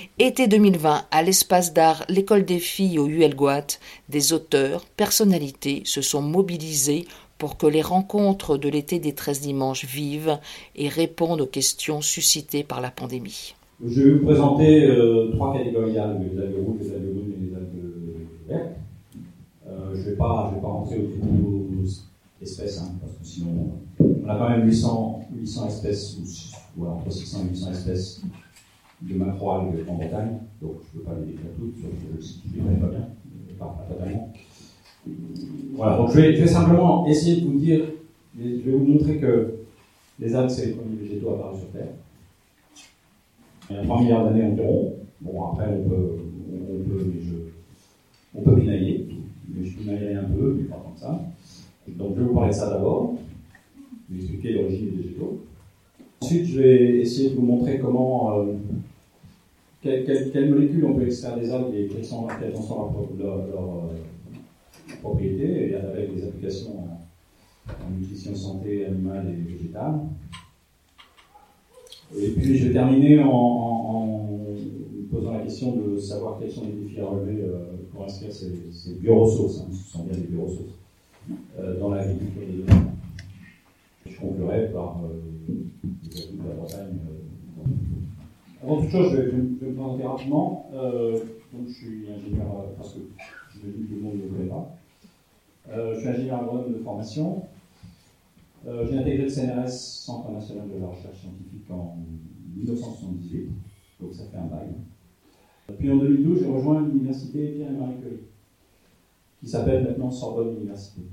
Été 2020, à l'espace d'art L'École des filles au Huelgoat, des auteurs, personnalités se sont mobilisés pour que les rencontres de l'été des 13 dimanches vivent et répondent aux questions suscitées par la pandémie. Je vais vous présenter trois catégories d'algues, les algues rouges, les algues brunes et les algues vertes. Je ne vais pas rentrer aux espèces, parce que sinon, on a quand même 800 espèces, ou entre 600 et 800 espèces de macroalgues en Bretagne, donc je ne peux pas les décrire toutes, je ne les connais pas bien, pas totalement. Voilà, donc je vais simplement essayer de vous dire, je vais vous montrer que les algues, c'est les premiers végétaux apparus sur Terre. Il y a 3 milliards d'années environ. Bon, après, on peut pinailler, mais je pinaillerai un peu, mais pas comme ça. Donc, je vais vous parler de ça d'abord, vous expliquer l'origine des végétaux. Ensuite, je vais essayer de vous montrer comment, quelles molécules on peut extraire des algues et quelles sont leurs propriétés, et avec des applications en nutrition, santé animale et végétale. Et puis je vais terminer en posant la question de savoir quels sont les défis à relever pour inscrire ces bioressources, ce sont bien des bioressources, dans l'agriculture de demain. Je conclurai par les atouts de la Bretagne. Avant toute chose, je vais me présenter rapidement. Donc je suis ingénieur, parce que je me dis que le monde ne me connaît pas. Je suis ingénieur agronome de formation. J'ai intégré le CNRS, Centre national de la recherche scientifique, en 1978, donc ça fait un bail. Puis en 2012, j'ai rejoint l'université Pierre et Marie Curie, qui s'appelle maintenant Sorbonne Université.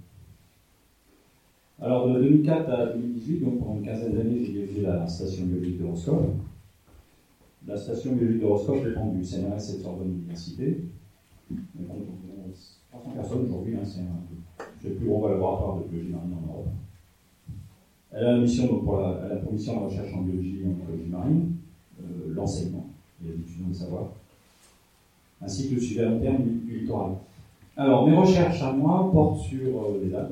Alors de 2004 à 2018, donc pendant une quinzaine d'années, j'ai dirigé la station biologique de Roscoff. La station biologique de Roscoff dépend du CNRS et de Sorbonne Université. On compte environ 300 personnes aujourd'hui, c'est le plus gros laboratoire de biologie marine en Europe. Elle a la mission, donc elle a pour mission la recherche en biologie et en écologie marine, l'enseignement et la diffusion des savoirs, ainsi que le suivi à long terme du littoral. Alors, mes recherches à moi portent sur les algues,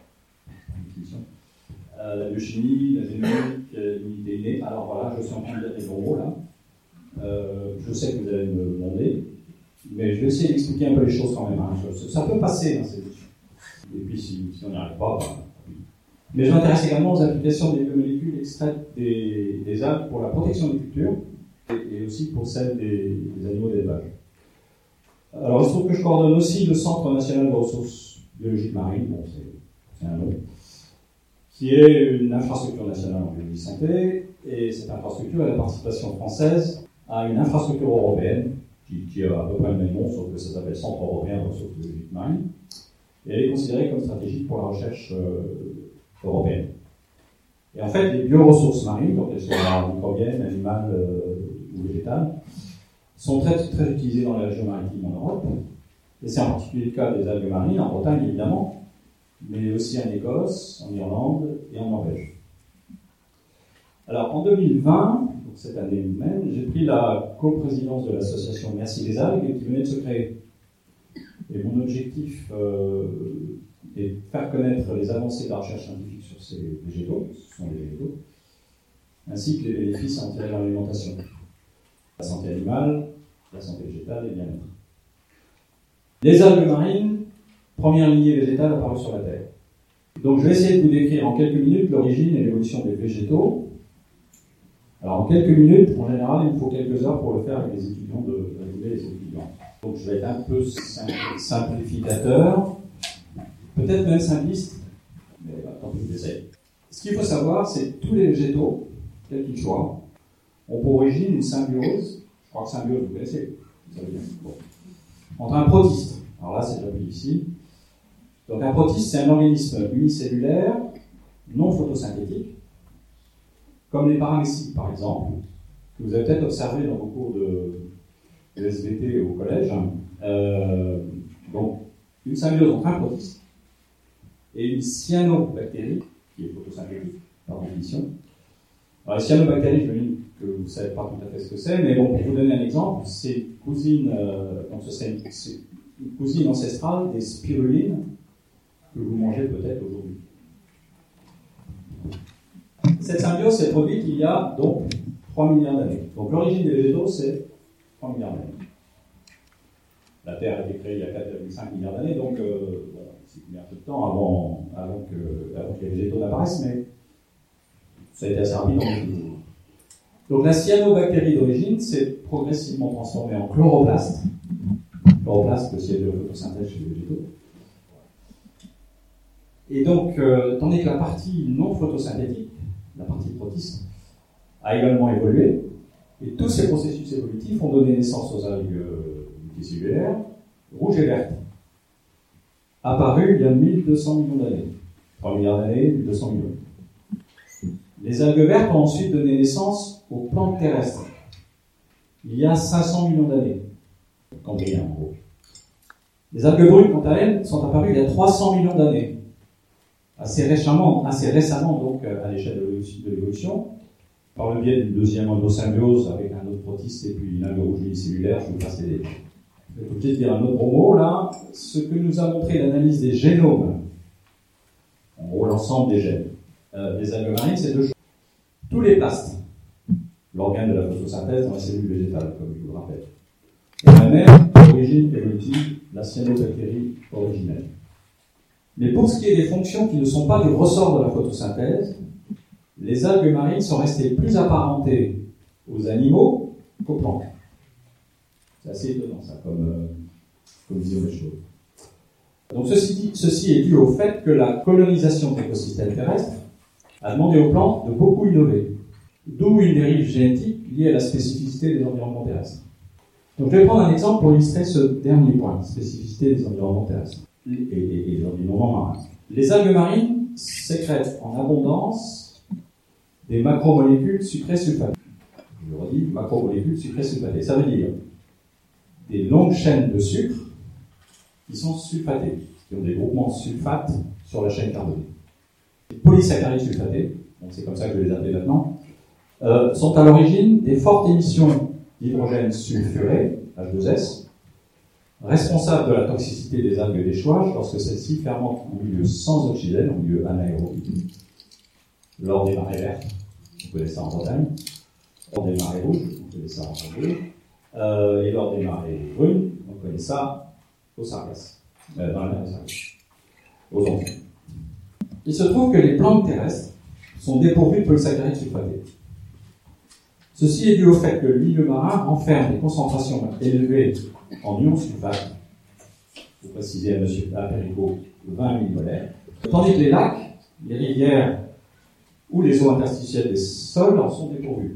la biochimie, la génomique, l'immunité innée. Alors voilà, je suis en train de dire des gros mots là. Je sais que vous allez me demander, mais je vais essayer d'expliquer un peu les choses quand même. Ça peut passer dans ces études. Et puis si on n'y arrive pas, mais je m'intéresse également aux applications des biomolécules extraites des algues pour la protection des cultures et aussi pour celle des animaux d'élevage. Alors, il se trouve que je coordonne aussi le Centre national de ressources biologiques marines, bon, c'est un nom, qui est une infrastructure nationale en biologie santé, et cette infrastructure a la participation française à une infrastructure européenne qui a à peu près le même nom, sauf que ça s'appelle Centre européen de ressources biologiques marines, et elle est considérée comme stratégique pour la recherche européenne. Et en fait, les bioressources marines, donc elles soient microbiennes, animales ou végétales, sont très, très utilisées dans les régions maritimes en Europe. Et c'est en particulier le cas des algues marines, en Bretagne évidemment, mais aussi en Écosse, en Irlande et en Norvège. Alors en 2020, donc cette année même, j'ai pris la coprésidence de l'association Merci les algues qui venait de se créer. Et mon objectif est de faire connaître les avancées de la recherche scientifique sur ces végétaux, ce sont des végétaux, ainsi que les bénéfices à en tirer dans l'alimentation. La santé animale, la santé végétale et le bien-être. Les algues marines, première lignée végétale apparue sur la Terre. Donc je vais essayer de vous décrire en quelques minutes l'origine et l'évolution des végétaux. Alors en quelques minutes, en général, il me faut quelques heures pour le faire avec les étudiants de les étudiants. Donc je vais être un peu simplificateur, peut-être même simpliste, mais tant pis, j'essaie. Ce qu'il faut savoir, c'est que tous les végétaux, quels qu'ils soient, ont pour origine une symbiose. Je crois que symbiose, vous connaissez, vous savez bien. Bon. Entre un protiste, alors là c'est appuyé ici. Donc un protiste, c'est un organisme unicellulaire, non photosynthétique, comme les paramecites par exemple, que vous avez peut-être observé dans vos cours de SVT au collège. Donc une symbiose entre un protiste et une cyanobactérie, qui est photosynthétique par définition. Alors les cyanobactéries, je me dis que vous ne savez pas tout à fait ce que c'est, mais bon, pour vous donner un exemple, c'est une cousine, donc ce serait une cousine ancestrale des spirulines que vous mangez peut-être aujourd'hui. Cette symbiose s'est produite il y a donc 3 milliards d'années. Donc l'origine des végétaux, c'est 3 milliards d'années. La Terre a été créée il y a 4,5 milliards d'années, donc c'est mis un peu de temps avant que les végétaux n'apparaissent, mais ça a été assez rapide. Donc la cyanobactérie d'origine s'est progressivement transformée en chloroplaste. Chloroplaste, le siège de la photosynthèse chez les végétaux. Et donc, tandis que la partie non photosynthétique, la partie protiste, a également évolué, et tous ces processus évolutifs ont donné naissance aux algues multicellulaires, rouges et vertes, apparues il y a 1200 millions d'années. 3 milliards d'années, 1200 millions. Les algues vertes ont ensuite donné naissance aux plantes terrestres, il y a 500 millions d'années. Cambrien, en gros. Les algues brunes, quant à elles, sont apparues il y a 300 millions d'années. Assez récemment donc, à l'échelle de l'évolution, par le biais d'une deuxième endosymbiose avec un autre protiste et puis une algue rouge unicellulaire, je vous passe les détails. Je vais obligé de dire un autre gros mot, là. Ce que nous a montré l'analyse des génomes, en gros l'ensemble des gènes, des algues marines, c'est 2 choses. Tous les plastes, l'organe de la photosynthèse dans la cellule végétale, comme je vous le rappelle. Et la même origine évolutive, la cyanobactérie originelle. Mais pour ce qui est des fonctions qui ne sont pas du ressort de la photosynthèse, les algues marines sont restées plus apparentées aux animaux qu'aux plantes. C'est assez étonnant, ça, comme vision des choses. Donc ceci est dû au fait que la colonisation de l'écosystème terrestre a demandé aux plantes de beaucoup innover, d'où une dérive génétique liée à la spécificité des environnements terrestres. Donc je vais prendre un exemple pour illustrer ce dernier point, spécificité des environnements terrestres et des environnements marins. Les algues marines sécrètent en abondance des macromolécules sucrées sulfatées. Je le redis, macromolécules sucrées sulfatées. Ça veut dire des longues chaînes de sucre qui sont sulfatées, qui ont des groupements de sulfate sur la chaîne carbonée. Les polysaccharides sulfatés, donc c'est comme ça que je vais les appeler maintenant, sont à l'origine des fortes émissions d'hydrogène sulfuré, H2S, responsable de la toxicité des algues d'échouage lorsque celles-ci fermentent en milieu sans oxygène, en milieu anaérobie, lors des marées vertes, on connaît ça en Bretagne, lors des marées rouges, on connaît ça en Vendée, et lors des marées brunes, on connaît ça au Sargasse, dans la mer de Sargasse, aux Antilles. Il se trouve que les plantes terrestres sont dépourvues de polysaccharides sulfatés. Ceci est dû au fait que le milieu marin renferme des concentrations élevées en ions sulfate, pour préciser à M. Pericot, 20 millimolaires, tandis que les lacs, les rivières ou les eaux interstitielles des sols en sont dépourvues.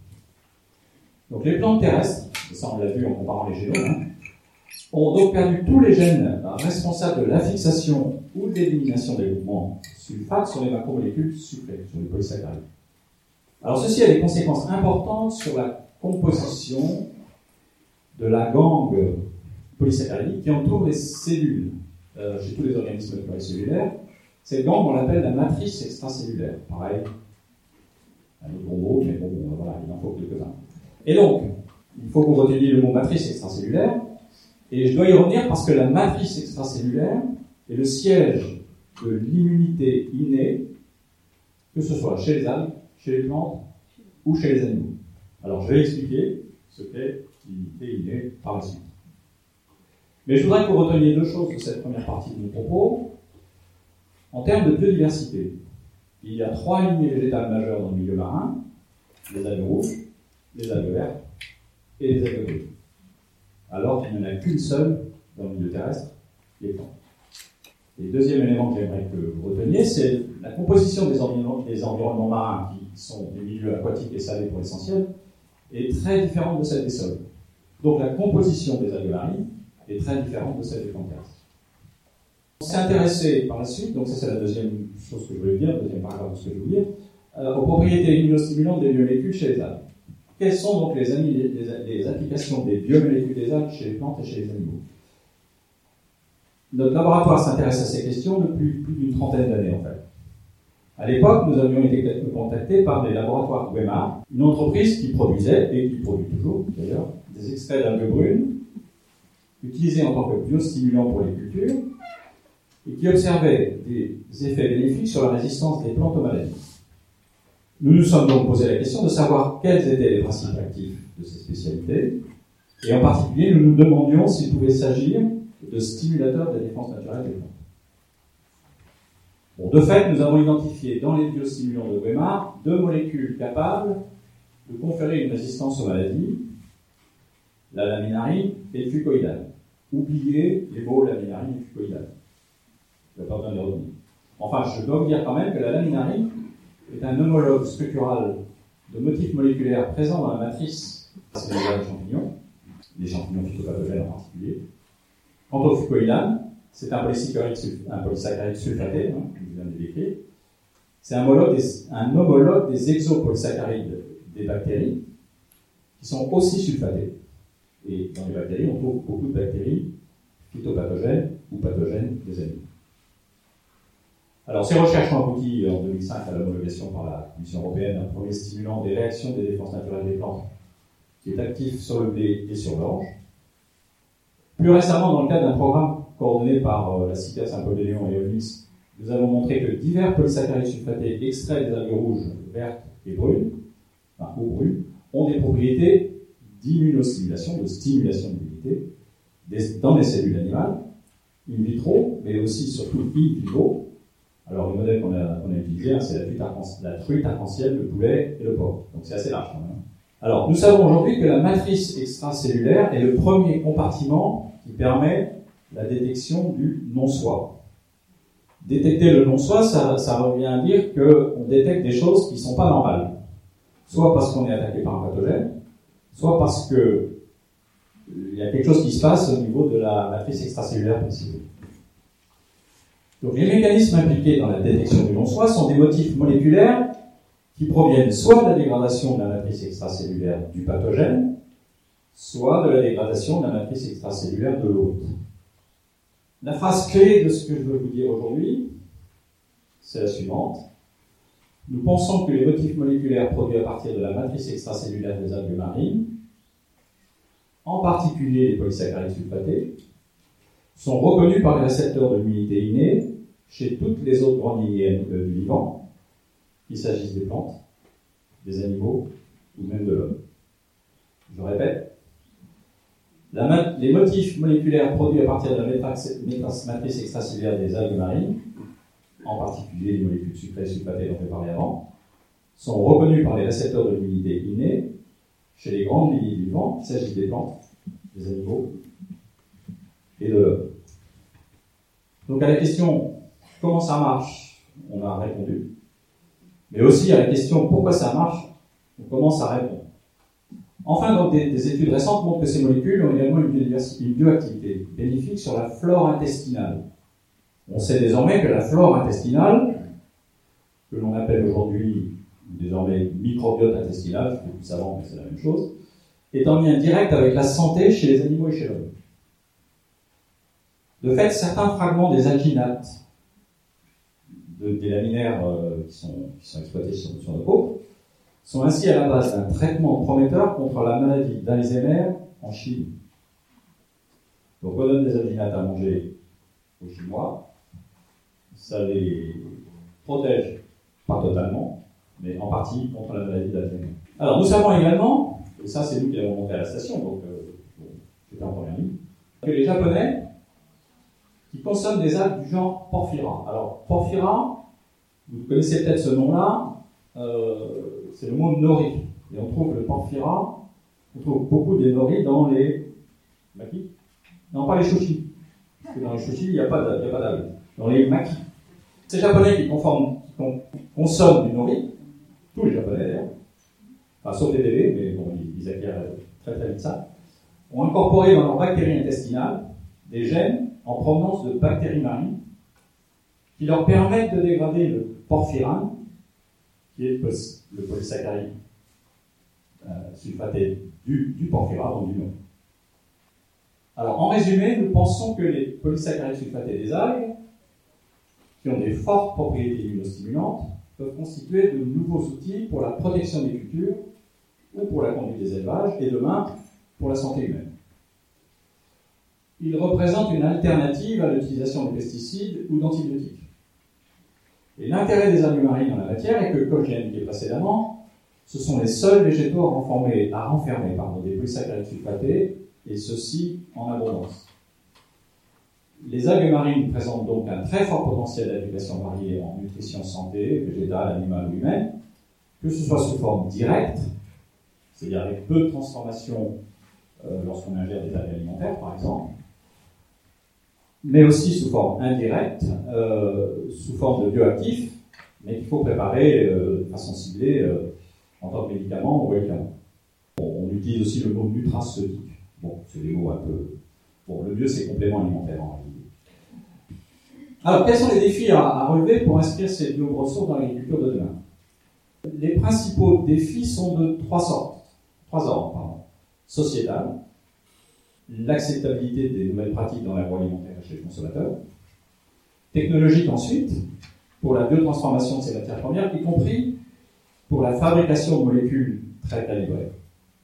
Donc les plantes terrestres, et ça on l'a vu en comparant les génomes, ont donc perdu tous les gènes responsables de la fixation ou de l'élimination des groupements sulfate sur les macromolécules sucrées, sur les polysaccharides. Alors ceci a des conséquences importantes sur la composition de la gangue polysaccharidique qui entoure les cellules. Chez tous les organismes pluricellulaires, cette gangue on l'appelle la matrice extracellulaire. Pareil, un autre gros mot, mais bon, voilà, il en faut quelques-uns. Et donc, il faut que vous reteniez le mot matrice extracellulaire, et je dois y revenir parce que la matrice extracellulaire est le siège de l'immunité innée, que ce soit chez les algues, chez les plantes ou chez les animaux. Alors je vais expliquer ce qu'est l'immunité innée par la suite. Mais je voudrais que vous reteniez 2 choses de cette première partie de mon propos. En termes de biodiversité, il y a 3 lignées végétales majeures dans le milieu marin, les algues rouges, les algues vertes et les algues bleues. Alors qu'il n'y en a qu'une seule dans le milieu terrestre, les plantes. Et le deuxième élément que j'aimerais que vous reteniez, c'est la composition des environnements marins, qui sont des milieux aquatiques et salés pour l'essentiel, est très différente de celle des sols. Donc la composition des algues marines est très différente de celle des plantes terrestres. On s'est intéressé par la suite, donc ça c'est la deuxième chose que je voulais dire, le deuxième paragraphe de ce que je voulais dire, aux propriétés immunostimulantes des biomolécules chez les algues. Quelles sont donc les applications des biomolécules des algues chez les plantes et chez les animaux? Notre laboratoire s'intéresse à ces questions depuis plus d'une trentaine d'années en fait. À l'époque, nous avions été contactés par des laboratoires Weimar, une entreprise qui produisait, et qui produit toujours d'ailleurs, des extraits d'algues brunes, utilisés en tant que biostimulants pour les cultures, et qui observait des effets bénéfiques sur la résistance des plantes aux maladies. Nous nous sommes donc posé la question de savoir quels étaient les principes actifs de ces spécialités, Et en particulier, nous nous demandions s'il pouvait s'agir de stimulateurs de la défense naturelle des plantes. Bon, de fait, nous avons identifié dans les biostimulants de Weimar 2 molécules capables de conférer une résistance aux maladies, la laminarine et le fucoïdane. Oubliez les mots laminarine et fucoïdane. Je n'ai pas besoin de les retenir. Enfin, je dois vous dire quand même que la laminarine est un homologue structural de motifs moléculaires présents dans la matrice cellulaire des champignons, des champignons phytopathogènes en particulier. Quant au fucoïdane, c'est un polysaccharide sulfaté, que je viens de décrire. C'est un homologue des exopolysaccharides des bactéries, qui sont aussi sulfatés. Et dans les bactéries, on trouve beaucoup de bactéries phytopathogènes ou pathogènes des animaux. Alors, ces recherches ont abouti en 2005 à l'homologation par la Commission européenne d'un premier stimulant des réactions des défenses naturelles des plantes, qui est actif sur le blé et sur l'orge. Plus récemment, dans le cadre d'un programme coordonné par la CITES, Saint-Paul-de-Léon et ONIS, nous avons montré que divers polysaccharides sulfatés extraits des algues rouges, vertes et brunes, ou brunes, ont des propriétés d'immunostimulation, de stimulation d'immunité, dans les cellules animales, in vitro, mais aussi surtout in vivo. Alors le modèle qu'on a utilisé, c'est la truite arc-en-ciel, le poulet et le porc. Donc c'est assez large quand même. Alors nous savons aujourd'hui que la matrice extracellulaire est le premier compartiment qui permet la détection du non-soi. Détecter le non-soi, ça revient à dire qu'on détecte des choses qui ne sont pas normales. Soit parce qu'on est attaqué par un pathogène, soit parce qu'il y a quelque chose qui se passe au niveau de la matrice extracellulaire principale. Donc les mécanismes impliqués dans la détection du non-soi sont des motifs moléculaires qui proviennent soit de la dégradation de la matrice extracellulaire du pathogène, soit de la dégradation de la matrice extracellulaire de l'hôte. La phrase clé de ce que je veux vous dire aujourd'hui, c'est la suivante. Nous pensons que les motifs moléculaires produits à partir de la matrice extracellulaire des algues marines, en particulier les polysaccharides sulfatés, sont reconnus par les récepteurs de l'immunité innée chez toutes les autres grandes lignées du vivant, qu'il s'agisse des plantes, des animaux ou même de l'homme. Je répète, les motifs moléculaires produits à partir de la matrice extracellulaire des algues marines, en particulier les molécules sucrées et sulfatées dont j'ai parlé avant, sont reconnus par les récepteurs de l'immunité innée chez les grandes lignées du vivant, qu'il s'agisse des plantes, des animaux et de l'homme. Donc à la question comment ça marche, on a répondu. Mais aussi à la question pourquoi ça marche, on commence à répondre. Enfin, donc, des études récentes montrent que ces molécules ont également une bioactivité bénéfique sur la flore intestinale. On sait désormais que la flore intestinale, que l'on appelle aujourd'hui désormais microbiote intestinal, c'était plus savant mais c'est la même chose, est en lien direct avec la santé chez les animaux et chez l'homme. De fait, certains fragments des alginates, des laminaires qui sont exploités sur nos côtes, sont ainsi à la base d'un traitement prometteur contre la maladie d'Alzheimer en Chine. Donc on donne des alginates à manger aux Chinois, ça les protège, pas totalement, mais en partie contre la maladie d'Alzheimer. Alors nous savons également, et ça c'est nous qui l'avons montré à la station, donc c'était en première ligne, que les Japonais qui consomment des algues du genre Porphyra. Alors Porphyra, vous connaissez peut-être ce nom-là, c'est le mot nori. Et on trouve le Porphyra, on trouve beaucoup des noris dans les maquis. Non, pas les shoshi. Parce que dans les shoshi, il n'y a pas d'algues. Dans les maquis. Ces Japonais qui consomment du nori, tous les Japonais d'ailleurs, enfin sauf les bébés, mais bon, ils acquièrent très très vite ça, ont incorporé dans leurs bactéries intestinales des gènes en provenance de bactéries marines qui leur permettent de dégrader le porphyrane, qui est le polysaccharide sulfaté du porphyra, donc du nom. Alors, en résumé, nous pensons que les polysaccharides sulfatés des algues, qui ont des fortes propriétés immunostimulantes, peuvent constituer de nouveaux outils pour la protection des cultures ou pour la conduite des élevages, et demain, pour la santé humaine. Ils représentent une alternative à l'utilisation de pesticides ou d'antibiotiques. Et l'intérêt des algues marines en la matière est que, comme je l'ai indiqué précédemment, ce sont les seuls végétaux à renfermer des polysaccharides sulfatés et ceci en abondance. Les algues marines présentent donc un très fort potentiel d'application variée en nutrition, santé, végétale, animale ou humaine, que ce soit sous forme directe, c'est-à-dire avec peu de transformation lorsqu'on ingère des algues alimentaires, par exemple, mais aussi sous forme indirecte, sous forme de bioactifs, mais qu'il faut préparer de façon ciblée en tant que médicament ou médicament. On utilise aussi le mot nutraceutique. Bon, c'est des mots un peu... Bon, le mieux, c'est complément alimentaire en réalité. Alors, quels sont les défis à relever pour inscrire ces bio-ressources dans l'agriculture de demain? Les principaux défis sont de trois ordres. Sociétal, l'acceptabilité des nouvelles pratiques dans l'agroalimentaire chez les consommateurs. Technologique ensuite, pour la biotransformation de ces matières premières, y compris pour la fabrication de molécules très calibrées.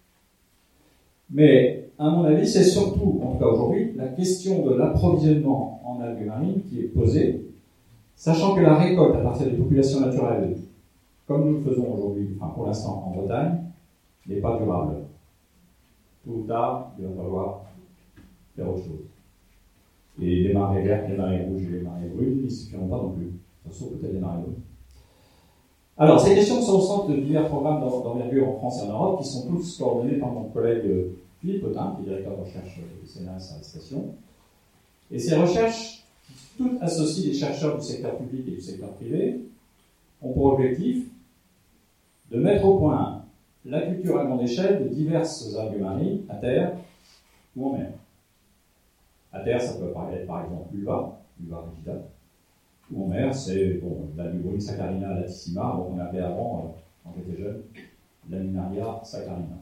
Mais, à mon avis, c'est surtout, en tout cas aujourd'hui, la question de l'approvisionnement en algues marines qui est posée, sachant que la récolte à partir des populations naturelles, comme nous le faisons aujourd'hui, enfin pour l'instant en Bretagne, n'est pas durable. Tôt ou tard, il va falloir faire autre chose. Et les marées vertes, les marées rouges et les marées brunes, ils ne suffiront pas non plus. Sauf peut-être les marées brunes. Alors, ces questions sont au centre de divers programmes d'envergure en France et en Europe, qui sont tous coordonnés par mon collègue Philippe Potin, qui est directeur de recherche du CNRS à la station. Et ces recherches, toutes associent des chercheurs du secteur public et du secteur privé, ont pour objectif de mettre au point la culture à grande échelle de diverses algues marines à terre ou en mer. À terre, ça peut être par exemple l'uva rigida, ou en mer, c'est la Lubrine saccharina latissima, on appelait avant, quand j'étais jeune, Laminaria saccharina.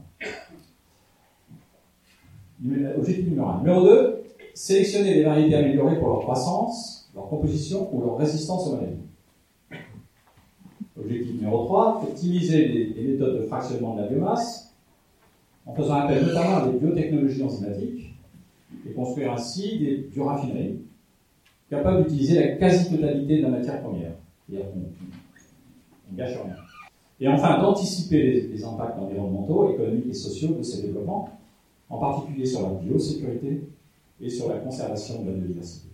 Objectif numéro 1. Numéro 2, sélectionner les variétés améliorées pour leur croissance, leur composition ou leur résistance aux maladies. Objectif numéro 3, optimiser les méthodes de fractionnement de la biomasse en faisant appel notamment à des biotechnologies enzymatiques et construire ainsi des bioraffineries capables d'utiliser la quasi-totalité de la matière première. C'est-à-dire qu'on ne gâche rien. Et enfin, d'anticiper les impacts environnementaux, économiques et sociaux de ces développements, en particulier sur la biosécurité et sur la conservation de la biodiversité.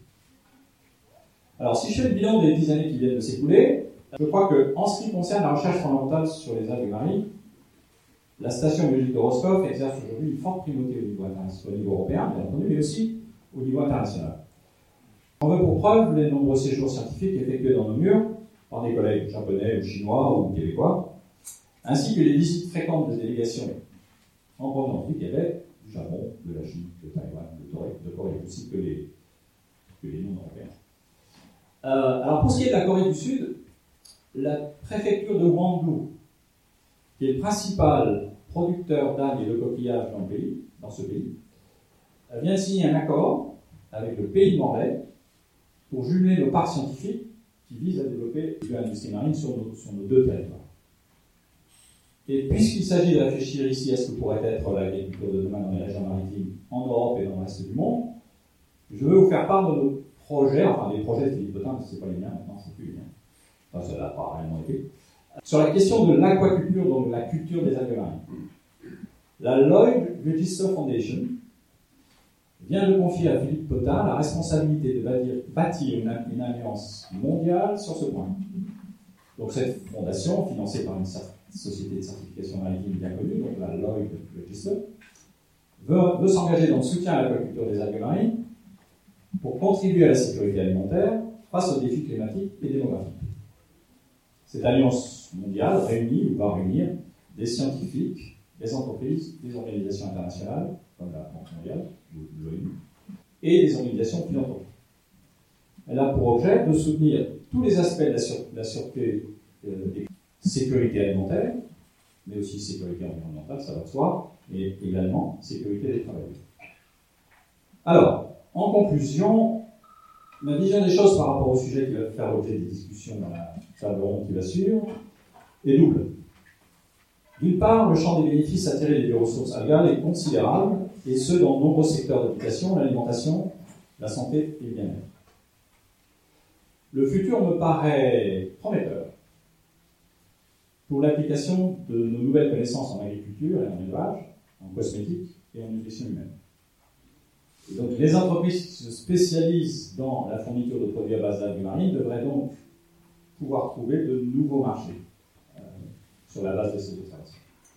Alors, si je fais le bilan des 10 années qui viennent de s'écouler, je crois qu'en ce qui concerne la recherche fondamentale sur les algues marines, la station biologique de Roscoff exerce aujourd'hui une forte primauté au niveau européen, bien entendu, mais aussi au niveau international. On veut pour preuve les nombreux séjours scientifiques effectués dans nos murs par des collègues japonais ou chinois ou québécois, ainsi que les visites fréquentes de délégations en provenance du Québec, du Japon, de la Chine, de Taïwan, de Corée, aussi que les non-européens. Alors pour ce qui est de la Corée du Sud, la préfecture de Gwangju, qui est le principal producteur d'algues et de coquillages dans ce pays, vient de signer un accord avec le pays morlaix pour jumeler nos parcs scientifiques qui visent à développer l'industrie marine sur nos deux territoires. Et puisqu'il s'agit de réfléchir ici à ce que pourrait être l'agriculture de demain dans les régions maritimes, en Europe et dans le reste du monde, je veux vous faire part de nos projets, enfin des projets de Philippe Potin, parce que ce n'est pas les miens maintenant, c'est plus les miens. Enfin, ça n'a pas réellement été. Sur la question de l'aquaculture, donc la culture des algues marines. La Lloyd Register Foundation vient de confier à Philippe Potin la responsabilité de bâtir une alliance mondiale sur ce point. Donc cette fondation, financée par une société de certification maritime bien connue, donc la Lloyd Register, veut s'engager dans le soutien à l'aquaculture des algues marines pour contribuer à la sécurité alimentaire face aux défis climatiques et démographiques. Cette alliance mondiale réunit ou va réunir des scientifiques, des entreprises, des organisations internationales, comme la Banque mondiale, ou l'ONU, et des organisations philanthropiques. Elle a pour objet de soutenir tous les aspects de la sûreté et sécurité alimentaire, mais aussi sécurité environnementale, ça va de soi, et également sécurité des travailleurs. Alors, en conclusion, ma vision des choses par rapport au sujet qui va faire l'objet des discussions dans la table ronde qui va suivre est double. D'une part, le champ des bénéfices attirés des bioressources algales est considérable, et ce dans de nombreux secteurs d'application, l'alimentation, la santé et le bien-être. Le futur me paraît prometteur pour l'application de nos nouvelles connaissances en agriculture et en élevage, en cosmétique et en nutrition humaine. Et donc les entreprises qui se spécialisent dans la fourniture de produits à base d'algues marines devraient donc pouvoir trouver de nouveaux marchés sur la base de ces observations.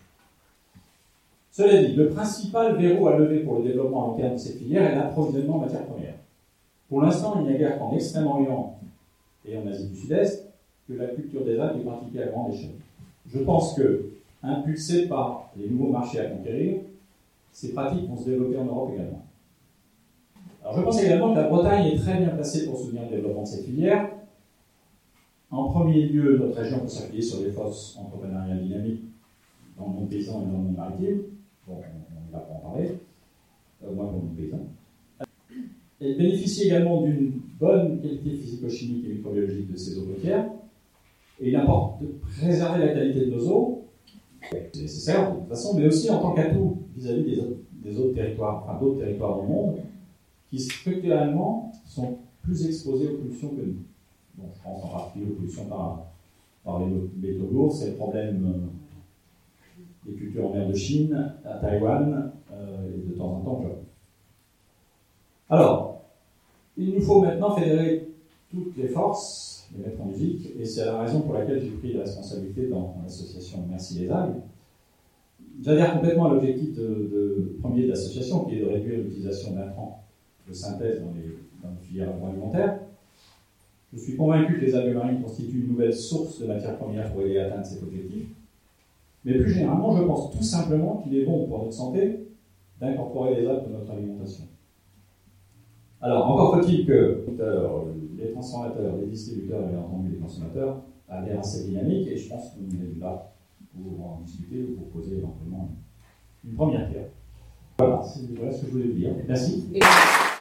Cela dit, le principal verrou à lever pour le développement à long terme de cette filière est l'approvisionnement en matières premières. Pour l'instant, il n'y a guère qu'en Extrême-Orient et en Asie du Sud-Est que la culture des algues est pratiquée à grande échelle. Je pense que, impulsées par les nouveaux marchés à conquérir, ces pratiques vont se développer en Europe également. Alors je pense également que la Bretagne est très bien placée pour soutenir le développement de cette filière. En premier lieu, notre région peut s'appuyer sur des forces entrepreneuriales dynamiques dans le monde paysan et dans le monde maritime. Bon, on ne va pas en parler, au moins pour le monde paysan. Elle bénéficie également d'une bonne qualité physico-chimique et microbiologique de ses eaux côtières. Et il importe de préserver la qualité de nos eaux, c'est nécessaire de toute façon, mais aussi en tant qu'atout vis-à-vis des autres territoires, enfin d'autres territoires du monde, qui structurellement sont plus exposés aux pollutions que nous. Bon, je pense en particulier aux pollutions par les métaux lourds, c'est le problème des cultures en mer de Chine, à Taïwan, et de temps en temps au Japon. Alors, il nous faut maintenant fédérer toutes les forces, les mettre en musique, et c'est la raison pour laquelle j'ai pris la responsabilité dans l'association Merci les algues. J'adhère complètement à l'objectif premier de l'association, qui est de réduire l'utilisation d'intrants de synthèse dans les filières agroalimentaires. Je suis convaincu que les algues marines constituent une nouvelle source de matières premières pour aider à atteindre cet objectif. Mais plus généralement, je pense tout simplement qu'il est bon pour notre santé d'incorporer les algues dans notre alimentation. Alors, encore faut-il que les transformateurs, les distributeurs et bien entendu les consommateurs adhèrent à cette dynamique, et je pense qu'on est là pour en discuter ou pour poser éventuellement une première pierre. Voilà ce que je voulais vous dire. Merci.